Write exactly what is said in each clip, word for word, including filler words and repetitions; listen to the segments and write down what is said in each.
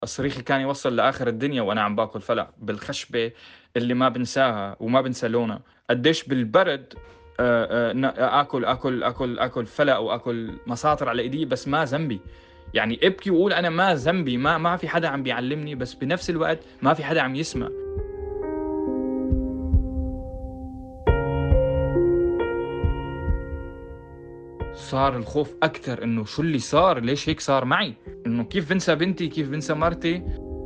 صريخي كان يوصل لآخر الدنيا وأنا عم باكل فلق بالخشبة اللي ما بنساها وما بنسى لونها. قديش بالبرد آآ آآ ن آكل آكل آكل آكل فلق وآكل مساطر على إيدي، بس ما ذنبي. يعني ابكي وقول أنا ما ذنبي، ما ما في حدا عم بيعلمني، بس بنفس الوقت ما في حدا عم يسمع. صار الخوف أكتر إنه شو اللي صار، ليش هيك صار معي، إنه كيف بانسى بنتي، كيف بانسى مرتي.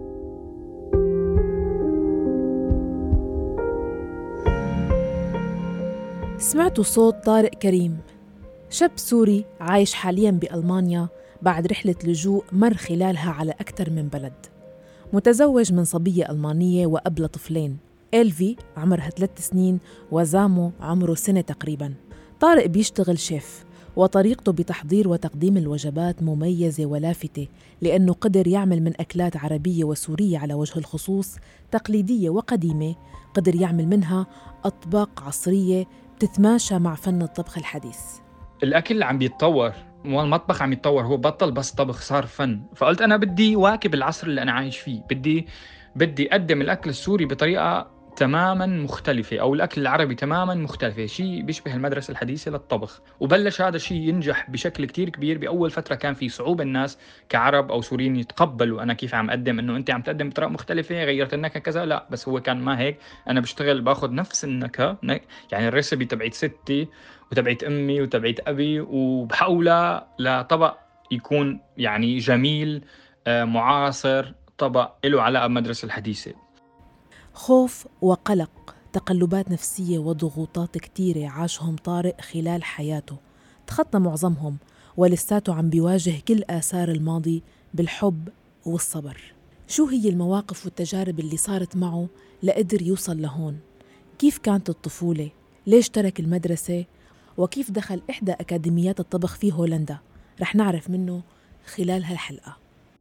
سمعتوا صوت طارق كريم، شاب سوري عايش حالياً بألمانيا بعد رحلة لجوء مر خلالها على أكثر من بلد. متزوج من صبية ألمانية وأب طفلين، إلفي عمرها ثلاث سنين وزامو عمره سنة تقريباً. طارق بيشتغل شيف، وطريقته بتحضير وتقديم الوجبات مميزة ولافتة، لأنه قدر يعمل من أكلات عربية وسورية على وجه الخصوص تقليدية وقديمة، قدر يعمل منها أطباق عصرية بتتماشى مع فن الطبخ الحديث. الأكل عم بيتطور والمطبخ عم يتطور، هو بطل بس طبخ، صار فن. فقلت أنا بدي واكب العصر اللي أنا عايش فيه، بدي بدي أقدم الأكل السوري بطريقة تماماً مختلفة، أو الأكل العربي تماماً مختلفة، شيء بيشبه المدرسة الحديثة للطبخ. وبلش هذا الشيء ينجح بشكل كتير كبير. بأول فترة كان في صعوبة الناس كعرب أو سوريين يتقبلوا أنا كيف عم أقدم، إنه أنت عم تقدم بطريقة مختلفة، غيرت النكهة كذا. لا، بس هو كان ما هيك. أنا بشتغل باخذ نفس النكهة، يعني الريسبي تبعت ستي وتبعت أمي وتبعت أبي، وبحولها لطبق يكون يعني جميل، آه، معاصر، طبق له علاقة بمدرسة الحديثة. خوف وقلق، تقلبات نفسية وضغوطات كتيرة عاشهم طارق خلال حياته، تخطى معظمهم ولساته عم بيواجه كل آثار الماضي بالحب والصبر. شو هي المواقف والتجارب اللي صارت معه لقدر يوصل لهون؟ كيف كانت الطفولة؟ ليش ترك المدرسة؟ وكيف دخل إحدى أكاديميات الطبخ في هولندا؟ رح نعرف منه خلال هالحلقة.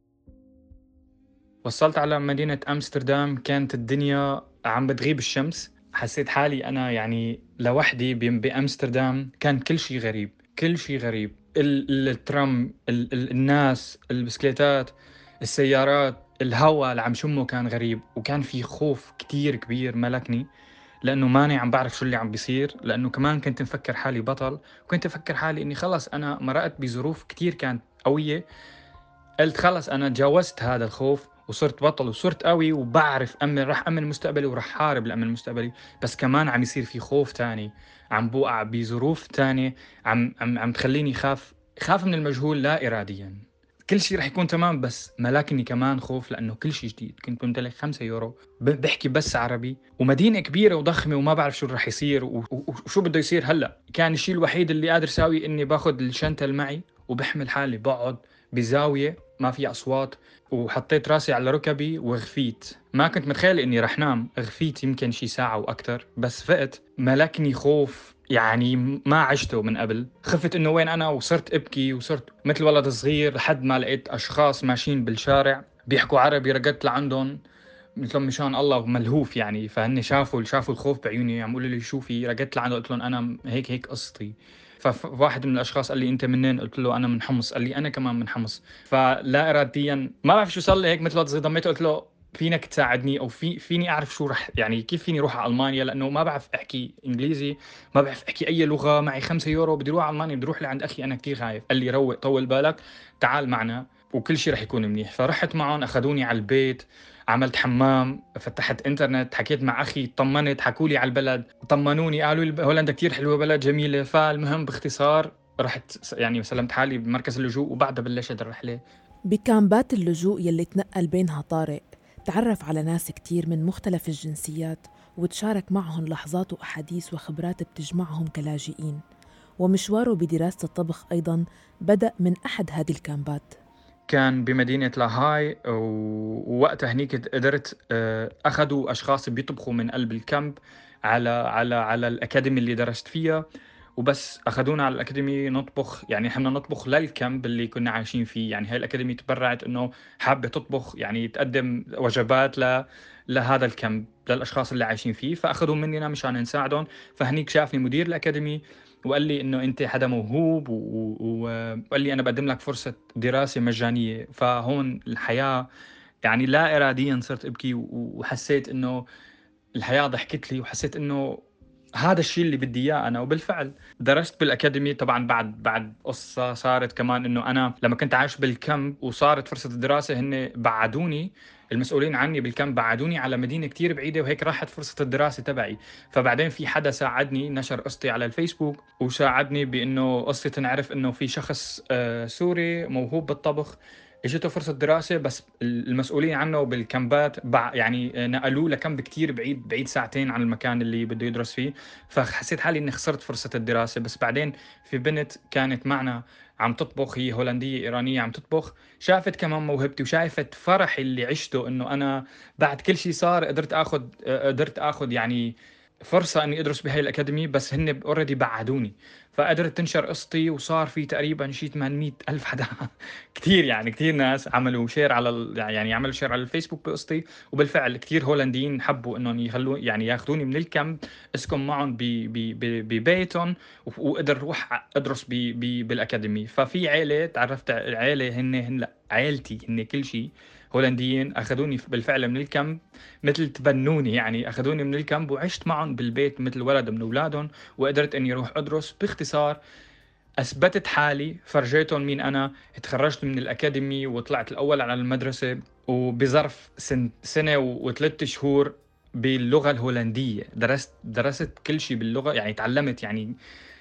وصلت على مدينة أمستردام، كانت الدنيا عم بتغيب الشمس. حسيت حالي أنا يعني لوحدي ب- بأمستردام. كان كل شيء غريب، كل شيء غريب. ال- الترام، ال- ال- الناس، البسكليتات، السيارات، الهواء اللي عم شمه كان غريب. وكان في خوف كتير كبير ملكني، لأنه ماني عم بعرف شو اللي عم بيصير. لأنه كمان كنت مفكر حالي بطل، وكنت أفكر حالي إني خلص أنا مرقت بظروف كتير كانت قوية. قلت خلص أنا تجاوزت هذا الخوف وصرت بطل وصرت قوي وبعرف أمن، راح أمن مستقبلي وراح حارب لأمن مستقبلي. بس كمان عم يصير في خوف تاني، عم بوقع بظروف تانية، عم عم عم تخليني خاف خاف من المجهول لا إراديا. كل شيء رح يكون تمام، بس ملاكني كمان خوف لأنه كل شيء جديد. كنت بمتلك خمسة يورو، ب- بحكي بس عربي، ومدينة كبيرة وضخمة، وما بعرف شو رح يصير و- و- وشو بده يصير هلأ. كان الشيء الوحيد اللي قادر ساوي إني باخد الشنطة اللي معي وبحمل حالي، بقعد بزاوية ما في أصوات، وحطيت راسي على ركبي وغفيت. ما كنت متخيل إني رح نام. غفيت يمكن شي ساعة وأكتر، بس فقت ملكني خوف يعني ما عشته من قبل. خفت إنه وين أنا، وصرت أبكي وصرت مثل ولد صغير لحد ما لقيت أشخاص ماشيين بالشارع بيحكوا عربي. رقدت لعندهم قلت لهم مشان الله ملهوف يعني. فهن شافوا شافوا الخوف بعيوني، عم يقولوا لي شو في. رقدت لعنده قلت لهم انا هيك هيك قصتي. فواحد من الاشخاص قال لي انت منين؟ قلت له انا من حمص. قال لي انا كمان من حمص. فلا اراديا ما بعرف شو صار لي، هيك مثل زي ضميته قلت له فينك تساعدني، او في فيني اعرف شو رح يعني كيف فيني اروح على المانيا، لانه ما بعرف احكي انجليزي، ما بعرف احكي اي لغه. معي خمسة يورو بدي اروح على المانيا، بدي اروح لعند اخي، انا كثير خايف. قال لي روق طول بالك، تعال معنا وكل شيء رح يكون منيح. فرحت معهم، اخذوني على البيت، عملت حمام، فتحت انترنت، حكيت مع اخي، طمنت، حكوا لي على البلد، طمنوني، قالوا لي هولندا كتير حلوه، بلد جميله. فالمهم باختصار رحت يعني سلمت حالي بمركز اللجوء، وبعدها بلشت الرحله. بكامبات اللجوء يلي تنقل بينها طارق، تعرف على ناس كتير من مختلف الجنسيات، وتشارك معهم لحظات وأحاديث وخبرات بتجمعهم كلاجئين. ومشواره بدراسة الطبخ أيضاً بدأ من أحد هذه الكامبات. كان بمدينة لاهاي، ووقتها هنيك قدرت آه، أخذوا أشخاص بيطبخوا من قلب الكامب على على على الأكاديمي اللي درست فيها. وبس أخذونا على الأكاديمي نطبخ، يعني إحنا نطبخ للكامب اللي كنا عايشين فيه. يعني هاي الأكاديمي تبرعت إنه حابة تطبخ، يعني تقدم وجبات ل لهذا الكامب للأشخاص اللي عايشين فيه. فأخذوا مننا مشان نساعدهم. فهنيك شافني مدير الأكاديمي وقال لي انه انت حدا موهوب، و- و- وقال لي انا بقدم لك فرصة دراسة مجانية. فهون الحياة يعني لا إراديا صرت أبكي، وحسيت إنه الحياة ضحكت لي، وحسيت إنه هذا الشيء اللي بدي إياه أنا. وبالفعل درست بالأكاديمي. طبعا بعد بعد قصة صارت كمان، إنه أنا لما كنت عايش بالكامب وصارت فرصة الدراسة، هن بعدوني المسؤولين عني بالكامب، بعدوني على مدينة كتير بعيدة، وهيك راحت فرصة الدراسة تبعي. فبعدين في حدا ساعدني، نشر قصتي على الفيسبوك وساعدني بإنه قصتي تنعرف، إنه في شخص آه، سوري موهوب بالطبخ اجته فرصة دراسة، بس المسؤولين عنه بالكامبات يعني نقلوه لكامب كتير بعيد، بعيد ساعتين عن المكان اللي بده يدرس فيه. فحسيت حالي اني خسرت فرصة الدراسة. بس بعدين في بنت كانت معنا عم تطبخ، هي هولندية إيرانية عم تطبخ، شافت كمان موهبتي وشايفت فرحي اللي عشته، انه انا بعد كل شيء صار قدرت اخذ قدرت اخذ يعني فرصة اني ادرس بهاي الاكاديمي، بس هن اوريدي بعدوني. فقدرت تنشر قصتي، وصار في تقريبا شي ثمانمئة الف حدا كتير يعني كتير ناس عملوا شير على ال... يعني عملوا شير على الفيسبوك بقصتي. وبالفعل كتير هولنديين حبوا انهم يخلوا يعني ياخذوني من الكامب اسكن معهم ب... ب... ب... ببيتهم، وقدر روح ادرس ب... ب... بالاكاديمي. ففي عيله تعرفت، عيله هن هن لا عيلتي هن كل شيء هولنديين، اخذوني بالفعل من الكامب، مثل تبنوني يعني، اخذوني من الكامب وعشت معهم بالبيت مثل ولد من اولادهم، وقدرت اني اروح ادرس. باختصار اثبتت حالي، فرجيتهم مين انا، تخرجت من الاكاديمي وطلعت الاول على المدرسه، وبظرف سن سنه وثلاث شهور باللغه الهولنديه. درست درست كل شيء باللغه، يعني تعلمت. يعني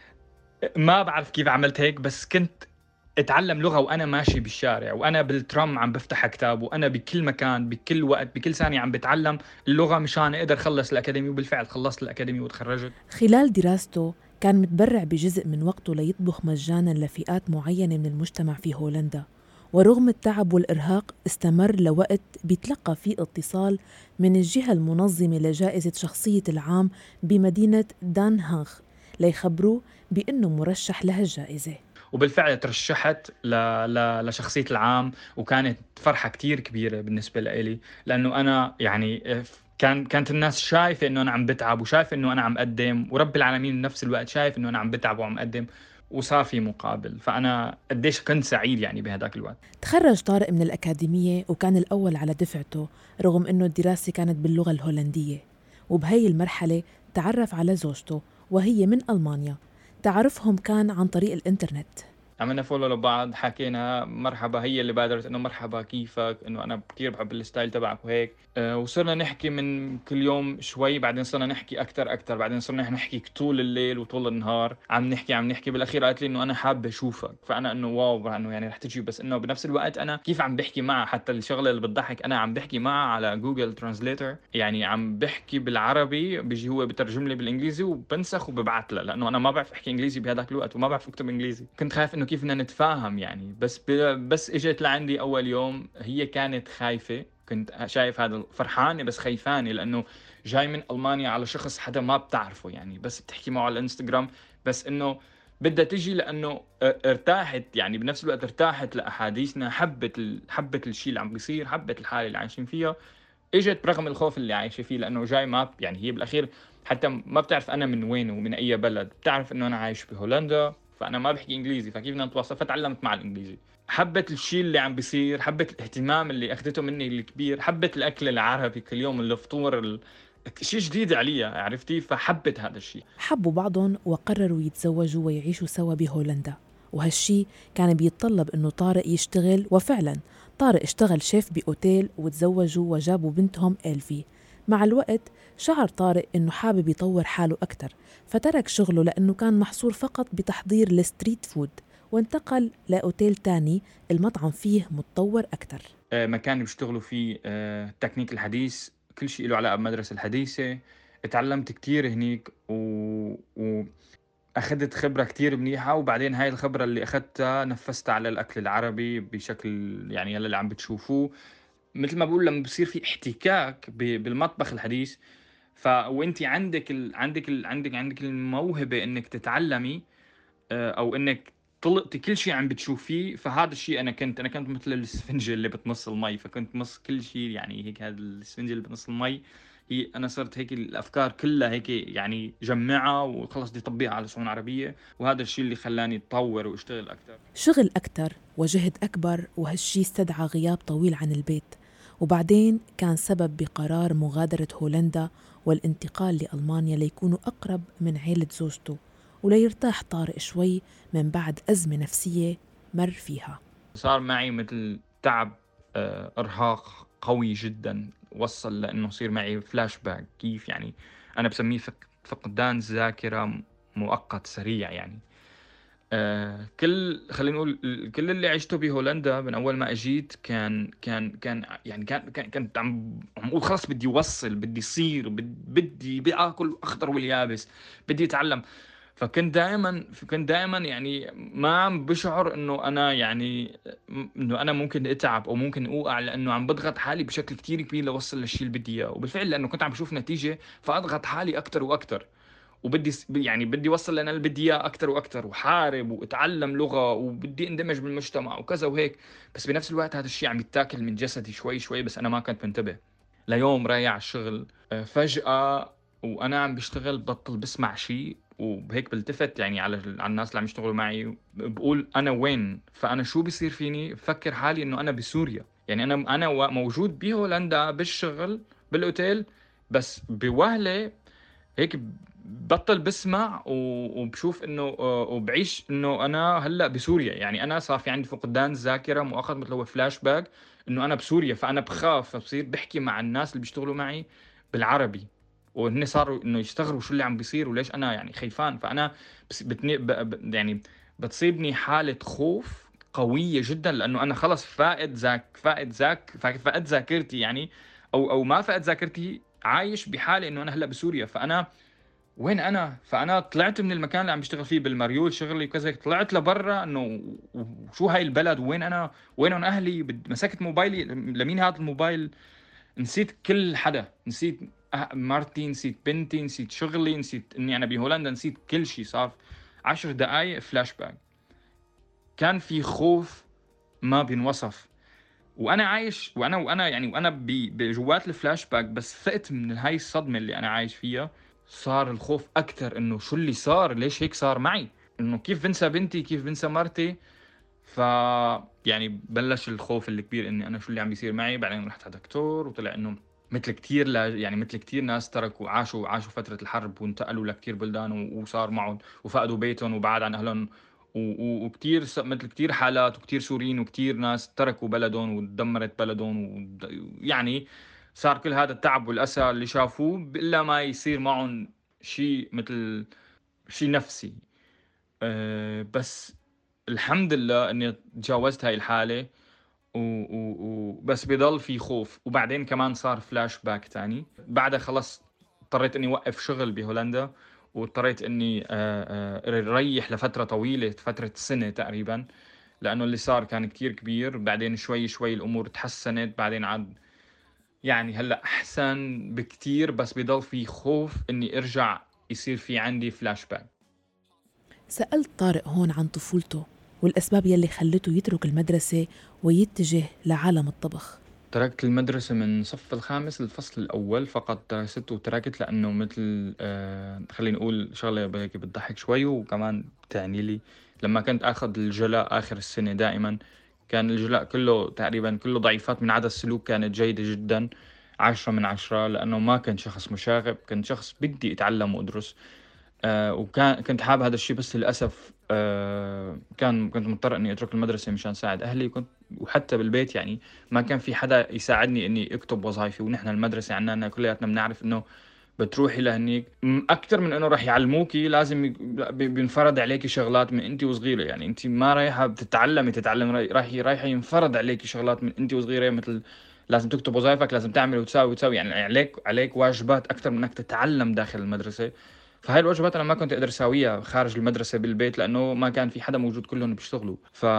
ما بعرف كيف عملت هيك، بس كنت اتعلم لغه وانا ماشي بالشارع، وانا بالترام عم بفتح كتاب، وانا بكل مكان بكل وقت بكل ثانيه عم بتعلم اللغه مشان اقدر خلص الاكاديمي. وبالفعل خلصت الاكاديمي وتخرجت. خلال دراسته كان متبرع بجزء من وقته ليطبخ مجاناً لفئات معينة من المجتمع في هولندا، ورغم التعب والإرهاق استمر لوقت بيتلقى فيه اتصال من الجهة المنظمة لجائزة شخصية العام بمدينة دان هاغ ليخبروه بأنه مرشح لها الجائزة. وبالفعل ترشحت ل... ل... لشخصية العام، وكانت فرحة كتير كبيرة بالنسبة لي، لأنه أنا يعني كان كانت الناس شايفة إنه أنا عم بتعب، وشايفة إنه أنا عم أقدم، ورب العالمين بنفس الوقت شايف إنه أنا عم بتعب وعم أقدم، وصار في مقابل. فأنا قديش كنت سعيد يعني بهداك الوقت. تخرج طارق من الأكاديمية وكان الأول على دفعته، رغم إنه الدراسة كانت باللغة الهولندية. وبهي المرحلة تعرف على زوجته وهي من ألمانيا. تعرفهم كان عن طريق الإنترنت. عملنا فولو لبعض، حكينا مرحبا، هي اللي بادرت انه مرحبا كيفك، انه انا كثير بحب الستايل تبعك وهيك. أه وصرنا نحكي من كل يوم شوي، بعدين صرنا نحكي اكثر اكثر، بعدين صرنا نحكي طول الليل وطول النهار، عم نحكي عم نحكي بالاخير قالت لي انه انا حابه اشوفك. فانا انه واو، انه يعني رح تجي، بس انه بنفس الوقت انا كيف عم بحكي معها، حتى الشغله اللي بتضحك انا عم بحكي معها على جوجل ترانسليتر، يعني عم بحكي بالعربي بيجي هو بترجم لي بالانجليزي وبنسخ وببعث لها، لانه انا ما بعرف احكي انجليزي بهذاك الوقت وما بعرف اكتب انجليزي. كنت خايف انه كيف بدنا نتفاهم يعني. بس بس اجت لعندي اول يوم هي كانت خايفه، كنت شايف هذا فرحانه بس خايفانه، لانه جاي من المانيا على شخص حدا ما بتعرفه يعني، بس بتحكي معه على الانستغرام، بس انه بدها تجي لانه ارتاحت يعني، بنفس الوقت ارتاحت لاحاديثنا، حبت ال... حبت الشيء اللي عم بيصير، حبت الحاله اللي عايشين فيها. اجت برغم الخوف اللي عايشه فيه، لانه جاي ما يعني هي بالاخير حتى ما بتعرف انا من وين ومن اي بلد، بتعرف انه انا عايش بهولندا، فانا ما بحكي انجليزي، فكيف بدنا نتواصل؟ فتعلمت مع الانجليزي. حبت الشيء اللي عم بيصير، حبت الاهتمام اللي اخذته مني الكبير، حبت الاكل العربي كل يوم، الفطور ال... شيء جديد عليها، عرفتي؟ فحبت هذا الشيء. حبوا بعضهم وقرروا يتزوجوا ويعيشوا سوا بهولندا، وهالشي كان بيتطلب انه طارق يشتغل. وفعلا طارق اشتغل شيف بأوتيل، وتزوجوا وجابوا بنتهم إلفي. مع الوقت شعر طارق انه حابب يطور حاله اكثر، فترك شغله لانه كان محصور فقط بتحضير الستريت فود، وانتقل لأوتيل تاني المطعم فيه متطور اكثر. مكان بيشتغلوا فيه التكنيك الحديث، كل شيء له علاقه بالمدرسه الحديثه. اتعلمت كتير هنيك و... و... أخذت خبرة كتير منيحة، وبعدين هاي الخبرة اللي أخذتها نفذتها على الأكل العربي بشكل يعني هلا اللي عم بتشوفوه. مثل ما بقول، لما بصير في احتكاك بالمطبخ الحديث، ف وانت عندك ال... عندك ال... عندك عندك الموهبة انك تتعلمي، او انك تلقطي كل شيء عم بتشوفيه. فهذا الشيء انا كنت انا كنت مثل الاسفنجة اللي بتمص المي، فكنت مص كل شيء يعني هيك. هذا الاسفنجة اللي بتمص المي هي انا صرت هيك، الافكار كلها هيك يعني جمعها وخلص بدي اطبقها على صحون عربيه. وهذا الشيء اللي خلاني اتطور واشتغل اكثر. شغل اكثر وجهد اكبر، وهالشي استدعى غياب طويل عن البيت، وبعدين كان سبب بقرار مغادرة هولندا والانتقال لألمانيا ليكونوا أقرب من عيلة زوجته وليرتاح طارق شوي من بعد أزمة نفسية مر فيها. صار معي مثل تعب آه، إرهاق قوي جدا وصل لأنه يصير معي فلاش باك. كيف يعني؟ أنا بسميه فق- فقدان ذاكرة مؤقت سريع يعني. آه كل خلينا نقول ال- كل اللي عشته بهولندا من اول ما اجيت كان كان كان يعني كان كان كنت عم عم اقول خلص بدي اوصل، بدي صير، بد- بدي باكل اخضر واليابس، بدي اتعلم. فكنت دائما كنت دائما يعني ما عم بشعر انه انا يعني م- انه انا ممكن اتعب او ممكن اوقع، لانه عم بضغط حالي بشكل كتير كبير لوصل للشيء اللي بدي اياه. وبالفعل لانه كنت عم بشوف نتيجة فاضغط حالي اكثر واكثر، وبدي س- يعني بدي اوصل لنا اللي بدي اياه اكثر واكثر، وحارب واتعلم لغه وبدي اندمج بالمجتمع وكذا وهيك. بس بنفس الوقت هذا الشيء عم يتاكل من جسدي شوي شوي، بس انا ما كنت منتبه. ليوم رايح على الشغل آه، فجأة وانا عم بشتغل بطل بسمع شيء، وهيك بلتفت يعني على على الناس اللي عم يشتغلوا معي، بقول انا وين؟ فانا شو بيصير فيني؟ بفكر حالي انه انا بسوريا. يعني انا انا و- موجود بهولندا بالشغل بالاوتيل، بس بوهلة هيك بطل بسمع و- وبشوف انه آه، وبعيش انه انا هلا بسوريا. يعني انا صار في عندي فقدان ذاكره مؤقت مثل هو فلاش باك، انه انا بسوريا. فانا بخاف، فبصير بحكي مع الناس اللي بيشتغلوا معي بالعربي، وهن صاروا انه يستغربوا شو اللي عم بيصير وليش انا يعني خيفان. فانا بس بتني ب... ب... يعني بتصيبني حاله خوف قويه جدا، لانه انا خلص فائد ذاك فائد ذاك فائد ذاكرتي يعني، او او ما فائد ذاكرتي، عايش بحالة انه انا هلا بسوريا. فانا وين انا؟ فانا طلعت من المكان اللي عم بشتغل فيه بالمريول شغلي وكذا، طلعت لبرا انه وشو هاي البلد وين انا؟ وينهم اهلي؟ بد- مسكت موبايلي، لمين هذا الموبايل؟ نسيت كل حدا، نسيت أه- مرتي، نسيت بنتي، نسيت شغلي، نسيت اني انا بهولندا، نسيت كل شيء. صار عشر دقائق فلاش باك. كان في خوف ما بينوصف، وانا عايش وانا وانا يعني وانا ب- بجوات الفلاش باك. بس فقت من هاي الصدمه اللي انا عايش فيها، صار الخوف اكثر انه شو اللي صار؟ ليش هيك صار معي؟ انه كيف بنسى بنتي؟ كيف بنسى مرتي؟ ف يعني بلش الخوف الكبير اني انا شو اللي عم بيصير معي. بعدين رحت على دكتور وطلع انه مثل كتير لا يعني مثل كتير ناس تركوا عاشوا عاشوا فترة الحرب وانتقلوا لكتير بلدان و- وصار معهم وفقدوا بيتهم وبعد عن اهلهم، و- و- وكتير س- مثل كتير حالات وكتير سوريين وكتير ناس تركوا بلدهم ودمرت بلدهم و- يعني صار كل هذا التعب والأسى اللي شافوه إلا ما يصير معهم شيء مثل شيء نفسي. أه بس الحمد لله اني تجاوزت هاي الحالة، و... و... و... بس بضل في خوف. وبعدين كمان صار فلاش باك تاني بعدها. خلص اضطريت اني اوقف شغل بهولندا، واضطريت اني آه، آه، ريح لفترة طويلة، فترة سنة تقريبا، لانه اللي صار كان كتير كبير. بعدين شوي شوي الامور تحسنت، بعدين عاد يعني هلا احسن بكتير، بس بضل في خوف اني ارجع يصير في عندي فلاش باك. سألت طارق هون عن طفولته والأسباب يلي خلته يترك المدرسة ويتجه لعالم الطبخ. تركت المدرسة من صف الخامس للفصل الأول فقط درست، وتركت لأنه مثل آه خلينا نقول شغلة هيك بتضحك شوي وكمان بتعني لي. لما كنت أخذ الجلاء آخر السنة دائما كان الجلاء كله تقريبا كله ضعيفات من عدا السلوك كانت جيدة جدا، عشرة من عشرة، لأنه ما كنت شخص مشاغب، كنت شخص بدي أتعلم وأدرس. آه وكان كنت حابب هذا الشيء، بس للأسف آه كان كنت مضطر إني أترك المدرسة مشان ساعد أهلي. كنت وحتى بالبيت يعني ما كان في حدا يساعدني إني أكتب وظائفي. ونحن المدرسة عندنا كلياتنا بنعرف إنه بتروحي لهنيك م- أكتر من إنه راح يعلموكي، لازم ي- ب- بينفرض عليكي شغلات من أنت وصغيرة. يعني أنت ما رايحة بتتعلمي تتعلم، راي- رايحة رايحة ينفرض عليكي شغلات من أنت وصغيرة، مثل لازم تكتب وظائفك، لازم تعمل وتساوي وتساوي. يعني عليك عليك واجبات أكتر من إنك تتعلم داخل المدرسة. فهاي الوجبات انا ما كنت اقدر اساويها خارج المدرسه بالبيت، لانه ما كان في حدا موجود، كلهم بيشتغلوا.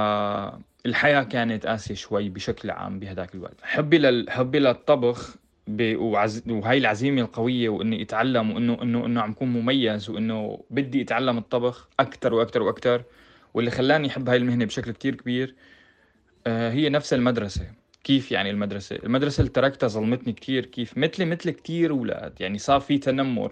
فالحياه كانت قاسيه شوي بشكل عام بهداك الوقت. حبي لل... حبي للطبخ ب... وعز... وهاي العزيمه القويه، واني اتعلم، وانه انه انه عم كون مميز، وانه بدي اتعلم الطبخ اكثر واكثر واكثر. واللي خلاني احب هاي المهنه بشكل كتير كبير آه، هي نفس المدرسه. كيف يعني المدرسة؟ المدرسة اللي تركتها ظلمتني كتير. كيف؟ مثلي مثل كتير أولاد يعني صار في تنمر.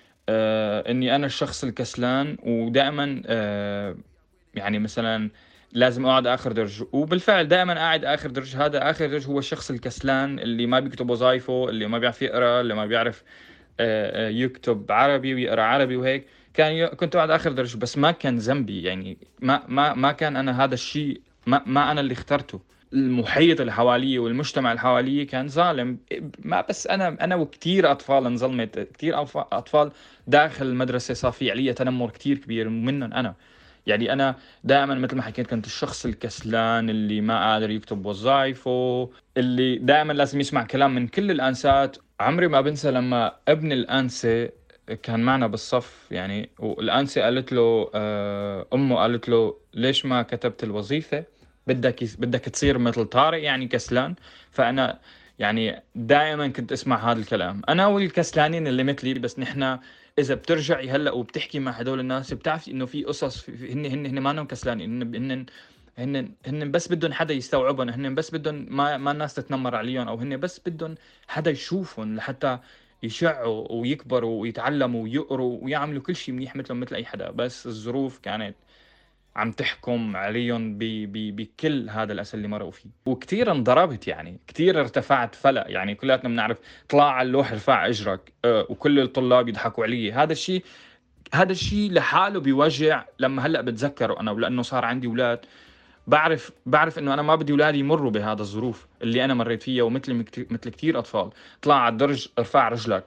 آه اني انا الشخص الكسلان، ودائما آه يعني مثلا لازم اقعد اخر درج، وبالفعل دائما قاعد اخر درج. هذا اخر درج هو الشخص الكسلان اللي ما بيكتب وظايفه، اللي ما بيعرف يقرا، اللي ما بيعرف آه، آه، يكتب عربي ويقرا عربي وهيك. كان ي... كنت قاعد اخر درج، بس ما كان ذنبي يعني. ما ما ما كان انا هذا الشيء، ما ما انا اللي اخترته. المحيط اللي حواليه والمجتمع اللي حواليه كان ظالم. ما بس انا انا وكثير اطفال انظلمت، كثير اطفال داخل المدرسه صار في علي تنمر كثير كبير منهم انا. يعني انا دائما مثل ما حكيت كنت الشخص الكسلان اللي ما قادر يكتب وظائفه، اللي دائما لازم يسمع كلام من كل الانسات. عمري ما بنسى لما ابن الانسه كان معنا بالصف يعني، والانسه قالت له آه، امه قالت له ليش ما كتبت الوظيفه؟ بدك يس- بدك تصير مثل طارق يعني كسلان؟ فانا يعني دائما كنت اسمع هذا الكلام، انا والكسلانين اللي مثلي. بس نحن اذا بترجعي هلا وبتحكي مع هدول الناس بتعرفي انه في قصص، في في- هن هن هن ما انهم كسلانين، هن هن هن هن بس بدهم حدا يستوعبهم، هن بس بدهم ما ما الناس تتنمر عليهم، او هن بس بدهم حدا يشوفهم لحتى يشعوا ويكبروا ويتعلموا ويقروا ويعملوا كل شيء منيح مثلهم مثل اي حدا. بس الظروف كانت عم تحكم عليهم ب... ب... بكل هذا الأسى اللي مرقوا فيه. وكتير انضربت يعني، كتير ارتفعت فلق يعني. كلاتنا بنعرف طلع على اللوح ارفع اجرك، أه وكل الطلاب يضحكوا علي. هذا الشيء هذا الشيء لحاله بيوجع لما هلا بتذكره انا، ولانه صار عندي اولاد. بعرف بعرف انه انا ما بدي اولادي يمروا بهذا الظروف اللي انا مريت فيها، ومثل مثل كثير اطفال. طلع على الدرج ارفع رجلك،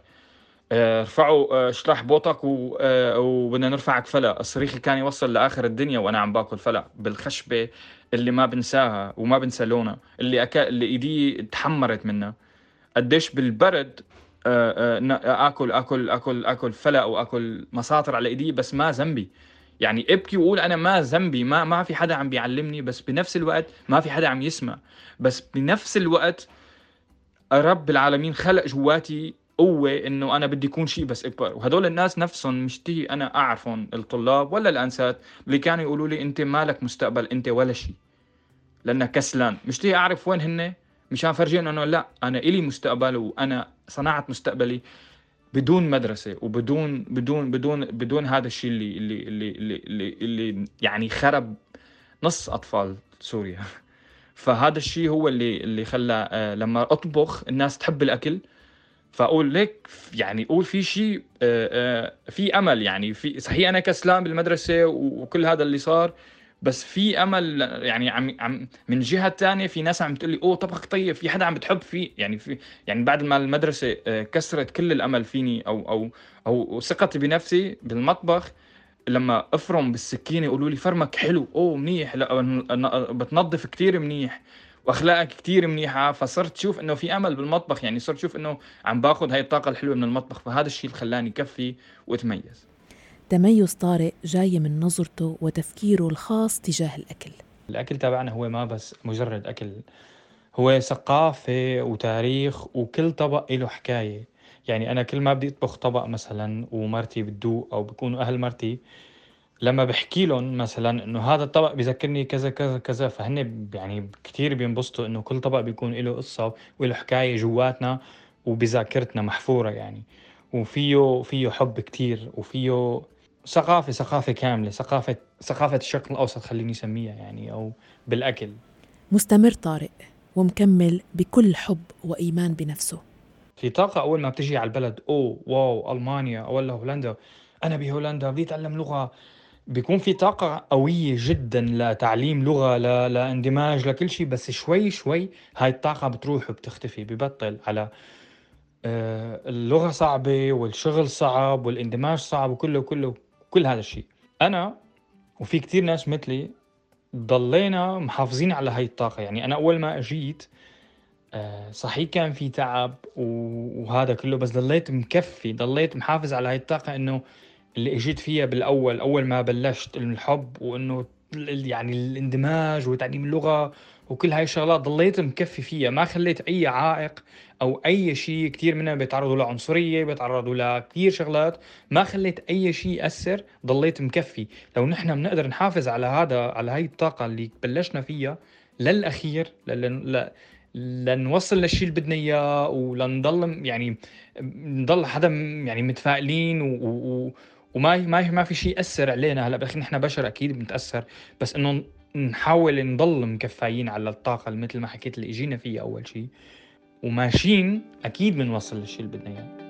آه، ارفعوا آه، اشرح بوطك و... آه، وبدنا نرفعك فلق. الصريخ كان يوصل لآخر الدنيا وأنا عم باكل فلق بالخشبة اللي ما بنساها وما بنسى لونها، اللي أكا... اللي إيدي تحمرت منها. قديش بالبرد آه، آه، ن- آكل آكل آكل آكل فلق وآكل مساطر على إيدي، بس ما ذنبي. يعني ابكي وقول أنا ما ذنبي، ما ما في حدا عم بيعلمني، بس بنفس الوقت ما في حدا عم يسمع. بس بنفس الوقت رب العالمين خلق جواتي قوة إنه أنا بدي أكون شيء بس أكبر. وهدول الناس نفسهم مشتهي أنا أعرفهم، الطلاب ولا الأنسات اللي كانوا يقولوا لي أنت مالك مستقبل، أنت ولا شيء لأنك كسلان. مشتهي أعرف وين هن مشان فرجين إنه لا، أنا إلي مستقبل وأنا صنعت مستقبلي بدون مدرسة وبدون بدون بدون بدون هذا الشيء اللي اللي اللي اللي اللي, اللي يعني خرب نص أطفال سوريا. فهذا الشيء هو اللي اللي خلى آه، لما أطبخ الناس تحب الأكل. فاقول لك يعني قول في شيء آه، آه، في امل يعني. في صحيح انا كسلان بالمدرسه وكل هذا اللي صار، بس في امل يعني. عم عم من جهه تانية في ناس عم تقول لي اوه طبخك طيب، في حدا عم بتحب فيه يعني. في يعني بعد ما المدرسه آه، كسرت كل الامل فيني، او او او ثقتي بنفسي بالمطبخ. لما افرم بالسكينه يقولوا لي فرمك حلو، اوه منيح، لا ن- بتنظف كتير منيح، واخلاقك كتير منيحه. فصرت شوف انه في امل بالمطبخ يعني. صرت شوف انه عم باخذ هاي الطاقه الحلوه من المطبخ. فهذا الشيء اللي خلاني كفي واتميز. تميز طارق جاي من نظرته وتفكيره الخاص تجاه الأكل. الاكل تبعنا هو ما بس مجرد اكل، هو ثقافه وتاريخ، وكل طبق له حكايه. يعني انا كل ما بدي اطبخ طبق مثلا ومرتي بتدوق او بيكونوا اهل مرتي، لما بحكي لهم مثلا انه هذا الطبق بذكرني كذا كذا كذا، فهن ب- يعني كتير بينبسطوا انه كل طبق بيكون له قصة وله حكاية جواتنا وبذاكرتنا محفورة يعني. وفيه فيه حب كتير، وفيه ثقافة ثقافة كاملة، ثقافة ثقافة الشرق الأوسط خليني أسميها يعني، أو بالأكل. مستمر طارق ومكمل بكل حب وإيمان بنفسه. في طاقة أول ما بتجي على البلد، أوه واو ألمانيا ولا هولندا، أنا بهولندا بدي أتعلم لغة. بيكون في طاقة قوية جدا لتعليم لغة، ل... لاندماج لكل شيء. بس شوي شوي هاي الطاقة بتروح وبتختفي، ببطل على آه اللغة صعبة والشغل صعب والاندماج صعب وكله كله كل هذا الشيء. أنا وفي كتير ناس مثلي ضلينا محافظين على هاي الطاقة. يعني أنا أول ما أجيت آه صحيح كان في تعب و- وهذا كله، بس ضليت مكفي، ضليت محافظ على هاي الطاقة. إنه اللي اجيت فيها بالاول، اول ما بلشت الحب وانه ال- يعني الاندماج وتعليم اللغه وكل هاي الشغلات، ضليت مكفي فيها. ما خليت اي عائق او اي شيء. كثير منهم بيتعرضوا لعنصريه، بيتعرضوا لكثير شغلات، ما خليت اي شيء ياثر، ضليت مكفي. لو نحن بنقدر نحافظ على هذا، على هاي الطاقه اللي بلشنا فيها للاخير، لل... ل... لنوصل للشيء اللي بدنا اياه، ولنضل يعني نضل حدا يعني متفائلين و... و... وما ما ما في شيء ياثر علينا. هلا بالاخير نحن بشر اكيد بنتاثر، بس انه نحاول نضل مكفايين على الطاقة مثل ما حكيت اللي اجينا فيها أول شيء، وماشيين أكيد بنوصل للشيء اللي بدنا إياه.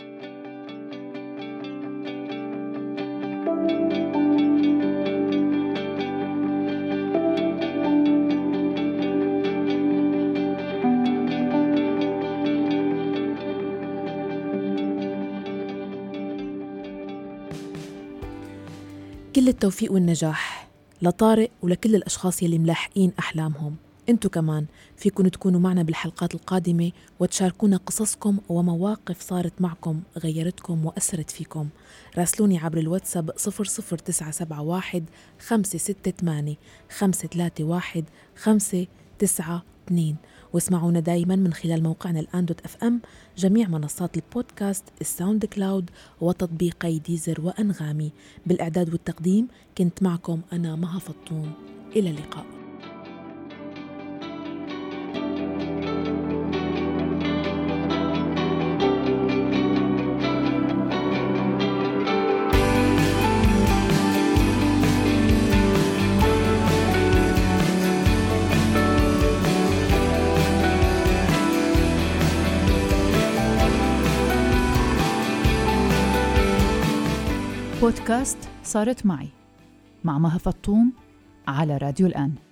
كل التوفيق والنجاح لطارق ولكل الأشخاص يلي ملاحقين أحلامهم. انتو كمان فيكن تكونوا معنا بالحلقات القادمة وتشاركونا قصصكم ومواقف صارت معكم غيرتكم وأثرت فيكم. راسلوني عبر الواتساب صفر صفر تسعة سبعة واحد خمسة ستة ثمانية خمسة ثلاثة واحد خمسة تسعة اثنين، واسمعونا دايما من خلال موقعنا الآن دوت اف ام، جميع منصات البودكاست، الساوند كلاود وتطبيقي ديزر وأنغامي. بالإعداد والتقديم كنت معكم أنا مها فطوم. إلى اللقاء. بودكاست صارت معي مع مها فطوم على راديو الآن.